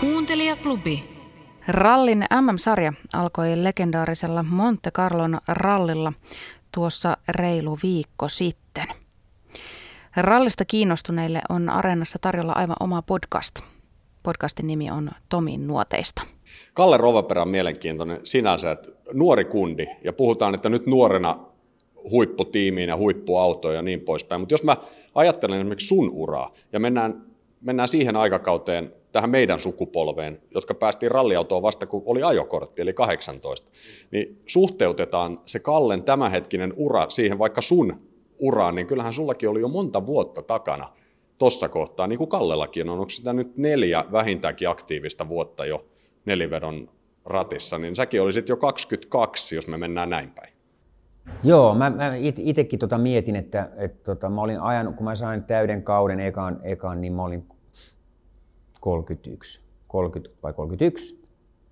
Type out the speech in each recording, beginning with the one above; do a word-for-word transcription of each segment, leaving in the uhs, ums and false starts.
Kuuntelijaklubi. Rallin M M-sarja alkoi legendaarisella Monte Carlon rallilla tuossa reilu viikko sitten. Rallista kiinnostuneille on Areenassa tarjolla aivan oma podcast. Podcastin nimi on Tomin nuoteista. Kalle Rovaperä on mielenkiintoinen sinänsä, että nuori kundi, ja puhutaan, että nyt nuorena huipputiimiin ja huippuautoon ja niin poispäin. Mutta jos mä ajattelen esimerkiksi sun uraa ja mennään, mennään siihen aikakauteen, tähän meidän sukupolveen, jotka päästiin ralliautoon vasta kun oli ajokortti, eli kahdeksantoista, niin suhteutetaan se Kallen tämänhetkinen ura siihen vaikka sun uraan, niin kyllähän sullakin oli jo monta vuotta takana tuossa kohtaa, niin kuin Kallellakin on. Onko sitä nyt neljä vähintäänkin aktiivista vuotta jo nelivedon ratissa, niin säkin olisit jo kaksikymmentäkaksi, jos me mennään näin päin. Joo, mä, mä itsekin tota mietin, että, että tota, mä olin ajanut, kun mä sain täyden kauden ekan, ekan niin mä olin kolmekymmentäyksi, kolmekymmentä vai kolmekymmentäyksi.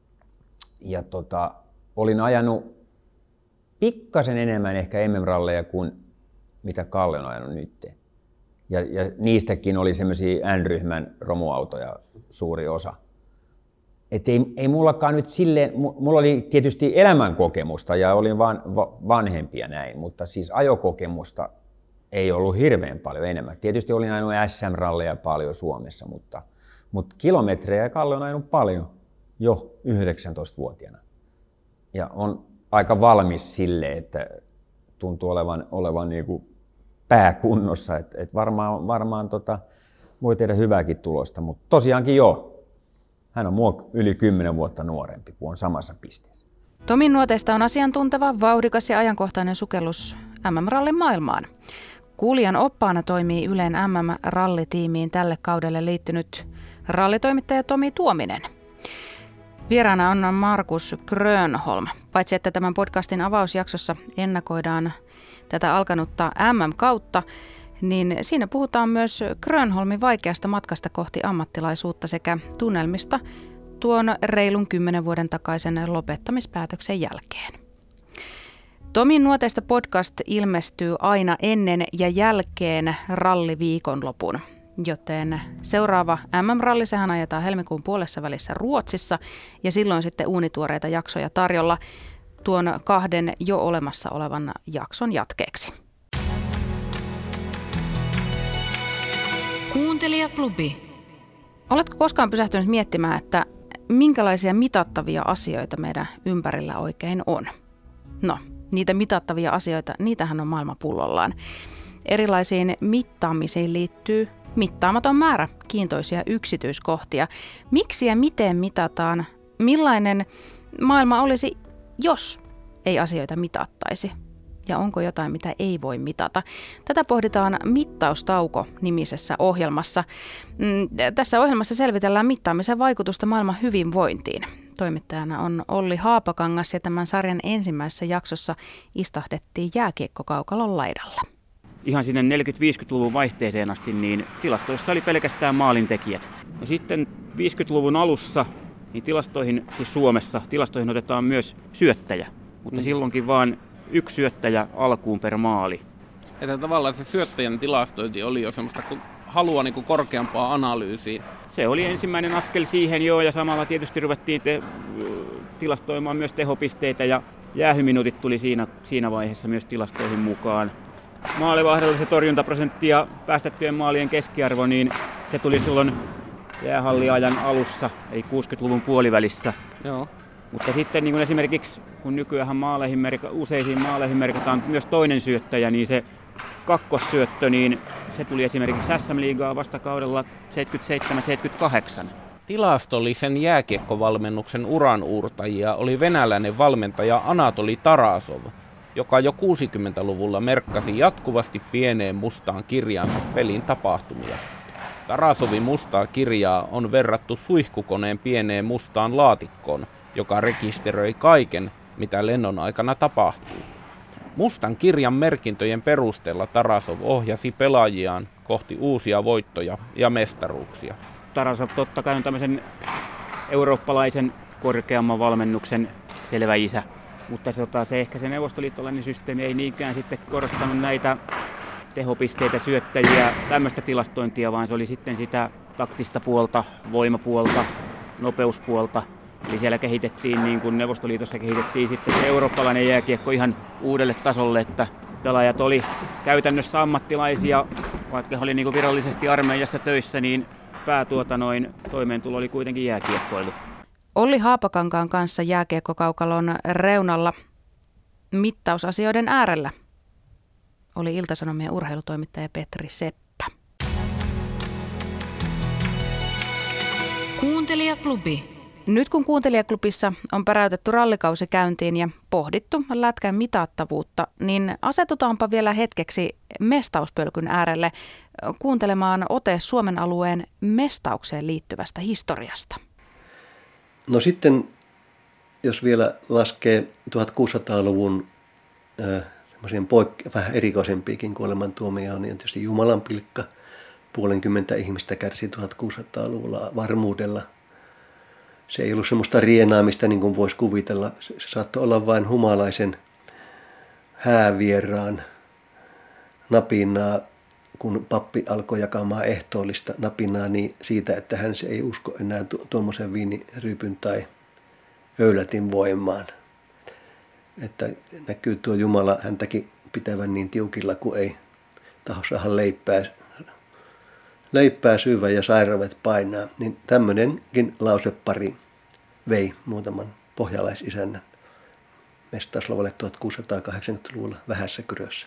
Ja tota, olin ajanut pikkasen enemmän ehkä M M-ralleja kuin mitä Kalle on ajanut nyt. Ja, ja niistäkin oli semmoisia N-ryhmän romuautoja suuri osa. Et ei, ei mullakaan nyt silleen, mulla oli tietysti elämänkokemusta ja olin van, va, vanhempia näin, mutta siis ajokokemusta ei ollut hirveän paljon enemmän. Tietysti olin ajanut S M-ralleja paljon Suomessa, mutta, mutta kilometrejä Kalle on ajanut paljon jo yhdeksäntoistavuotiaana. Ja on aika valmis silleen, että tuntuu olevan, olevan niin kuin pääkunnossa, että et varmaan, varmaan tota, voi tehdä hyvääkin tulosta, mutta tosiaankin joo. Hän on mua yli kymmenen vuotta nuorempi, kun on samassa pisteessä. Tomin nuoteista on asiantunteva, vauhdikas ja ajankohtainen sukellus M M-rallin maailmaan. Kuulijan oppaana toimii Ylen M M-rallitiimiin tälle kaudelle liittynyt rallitoimittaja Tomi Tuominen. Vieraana on Markus Grönholm. Paitsi että tämän podcastin avausjaksossa ennakoidaan tätä alkanutta M M-kautta, niin siinä puhutaan myös Grönholmin vaikeasta matkasta kohti ammattilaisuutta sekä tunnelmista tuon reilun kymmenen vuoden takaisen lopettamispäätöksen jälkeen. Tomin nuoteista podcast ilmestyy aina ennen ja jälkeen ralliviikonlopun, joten seuraava M M-ralli sehän ajetaan helmikuun puolessa välissä Ruotsissa ja silloin sitten uunituoreita jaksoja tarjolla tuon kahden jo olemassa olevan jakson jatkeeksi. Kuuntelijaklubi. Oletko koskaan pysähtynyt miettimään, että minkälaisia mitattavia asioita meidän ympärillä oikein on? No, niitä mitattavia asioita, niitähän on maailma pullollaan. Erilaisiin mittaamisiin liittyy mittaamaton määrä kiintoisia yksityiskohtia. Miksi ja miten mitataan? Millainen maailma olisi, jos ei asioita mitattaisi? Ja onko jotain, mitä ei voi mitata? Tätä pohditaan Mittaustauko-nimisessä ohjelmassa. Tässä ohjelmassa selvitellään mittaamisen vaikutusta maailman hyvinvointiin. Toimittajana on Olli Haapakangas ja tämän sarjan ensimmäisessä jaksossa istahdettiin jääkiekkokaukalon laidalla. Ihan sinne neljäkymmentä-viisikymmentäluvun vaihteeseen asti niin tilastoissa oli pelkästään maalintekijät. Ja sitten viisikymmentäluvun alussa niin tilastoihin, siis Suomessa, tilastoihin otetaan myös syöttäjä, mutta mm. silloinkin vaan yksi syöttäjä alkuun per maali. Että tavallaan se syöttäjän tilastointi oli jo semmoista halua niin kuin korkeampaa analyysiä. Se oli ensimmäinen askel siihen joo, ja samalla tietysti ruvettiin te- tilastoimaan myös tehopisteitä ja jäähyminuutit tuli siinä, siinä vaiheessa myös tilastoihin mukaan. Maalivahdellisen torjuntaprosentti ja päästettyjen maalien keskiarvo, niin se tuli silloin jäähalliajan alussa, eli kuusikymmentäluvun puolivälissä. Joo. Mutta sitten niin kuin esimerkiksi, kun nykyään maaleihin merka, useisiin maaleihin merkataan myös toinen syöttäjä, niin se kakkossyöttö, niin se tuli esimerkiksi S M-liigaa vasta kaudella seitsemänkymmentäseitsemän seitsemänkymmentäkahdeksan. Tilastollisen jääkiekkovalmennuksen uranuurtajia oli venäläinen valmentaja Anatoli Tarasov, joka jo kuusikymmentäluvulla merkkasi jatkuvasti pieneen mustaan kirjaansa pelin tapahtumia. Tarasovin mustaa kirjaa on verrattu suihkukoneen pieneen mustaan laatikkoon, joka rekisteröi kaiken, mitä lennon aikana tapahtuu. Mustan kirjan merkintöjen perusteella Tarasov ohjasi pelaajiaan kohti uusia voittoja ja mestaruuksia. Tarasov totta kai on tämmöisen eurooppalaisen korkeamman valmennuksen selvä isä, mutta se, se ehkä se neuvostoliittolainen systeemi ei niinkään sitten korostanut näitä tehopisteitä, syöttäjiä, tämmöistä tilastointia, vaan se oli sitten sitä taktista puolta, voimapuolta, nopeuspuolta. Eli siellä kehitettiin, niin kuin Neuvostoliitossa kehitettiin sitten se eurooppalainen jääkiekko ihan uudelle tasolle, että pelaajat oli käytännössä ammattilaisia, vaikka he oli niin kuin virallisesti armeijassa töissä, niin päätuotanoin toimeentulo oli kuitenkin jääkiekkoilu. Olli Haapakankaan kanssa jääkiekkokaukalon reunalla mittausasioiden äärellä oli Ilta-Sanomien urheilutoimittaja Petri Seppä. Kuuntelijaklubi. Nyt kun Kuuntelijaklubissa on päräytetty rallikausi käyntiin ja pohdittu lätkän mitattavuutta, niin asetutaanpa vielä hetkeksi mestauspölkyn äärelle kuuntelemaan ote Suomen alueen mestaukseen liittyvästä historiasta. No sitten, jos vielä laskee tuhatkuusisataaluvun äh, semmoisia poik- vähän erikoisempiakin kuolemantuomioon, niin tietysti Jumalanpilkka, puolenkymmentä ihmistä kärsi tuhatkuusisataaluvulla varmuudella. Se ei ollut semmoista rienaamista, niin kuin voisi kuvitella. Se saattoi olla vain humalaisen häävieraan napinaa, kun pappi alkoi jakamaan ehtoollista napinaa niin siitä, että hän se ei usko enää tu- tuommoisen viiniryypyn tai öylätin voimaan. Että näkyy tuo Jumala häntäkin pitävän niin tiukilla, kun ei taho saada leipää, leipää syövä ja sairaudet painaa. Niin tämmöinenkin lausepari vei muutaman pohjalaisisännän mestauslovalle tuhatkuusisataakahdeksankymmentäluvulla Vähässä Kyrössä.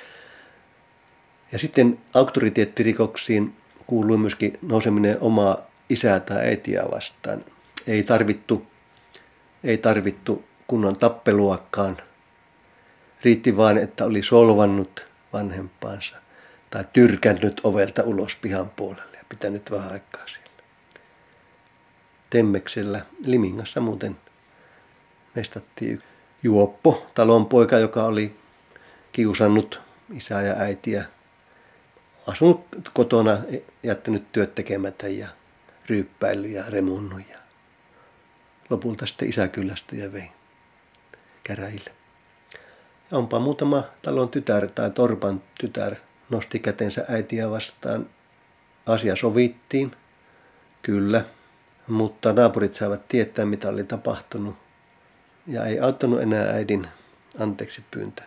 Ja sitten auktoriteettirikoksiin kuului myöskin nouseminen omaa isää tai äitiä vastaan. Ei tarvittu, ei tarvittu kunnon tappeluakaan. Riitti vain, että oli solvannut vanhempaansa tai tyrkännyt ovelta ulos pihan puolelle ja pitänyt vähän aikaa siellä. Temmeksellä Limingassa muuten mestattiin juoppo, talonpoika, joka oli kiusannut isää ja äitiä, asunut kotona, jättänyt työt tekemättä ja ryyppäillyt ja remunnut. Ja lopulta sitten isä kyllästyi ja vei käräjille. Ja onpa muutama talon tytär tai torpan tytär nosti kätensä äitiä vastaan. Asia sovittiin, kyllä, mutta naapurit saivat tietää, mitä oli tapahtunut. Ja ei auttanut enää äidin anteeksi pyyntö.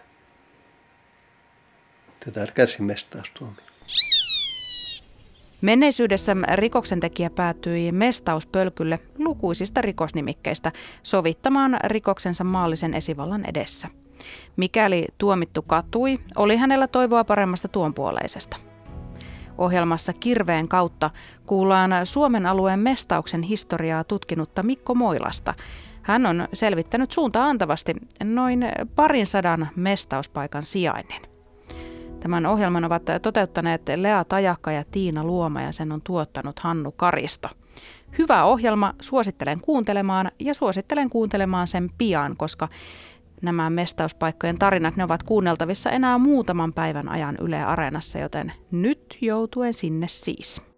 Tytär kärsi mestaustuomio. Menneisyydessä rikoksentekijä päätyi mestauspölkylle lukuisista rikosnimikkeistä sovittamaan rikoksensa maallisen esivallan edessä. Mikäli tuomittu katui, oli hänellä toivoa paremmasta tuonpuoleisesta. Ohjelmassa Kirveen kautta kuullaan Suomen alueen mestauksen historiaa tutkinutta Mikko Moilasta. Hän on selvittänyt suuntaan antavasti noin parin sadan mestauspaikan sijainnin. Tämän ohjelman ovat toteuttaneet Lea Tajakka ja Tiina Luoma ja sen on tuottanut Hannu Karisto. Hyvä ohjelma, suosittelen kuuntelemaan ja suosittelen kuuntelemaan sen pian, koska nämä mestauspaikkojen tarinat ne ovat kuunneltavissa enää muutaman päivän ajan Yle Areenassa, joten nyt joutuen sinne siis.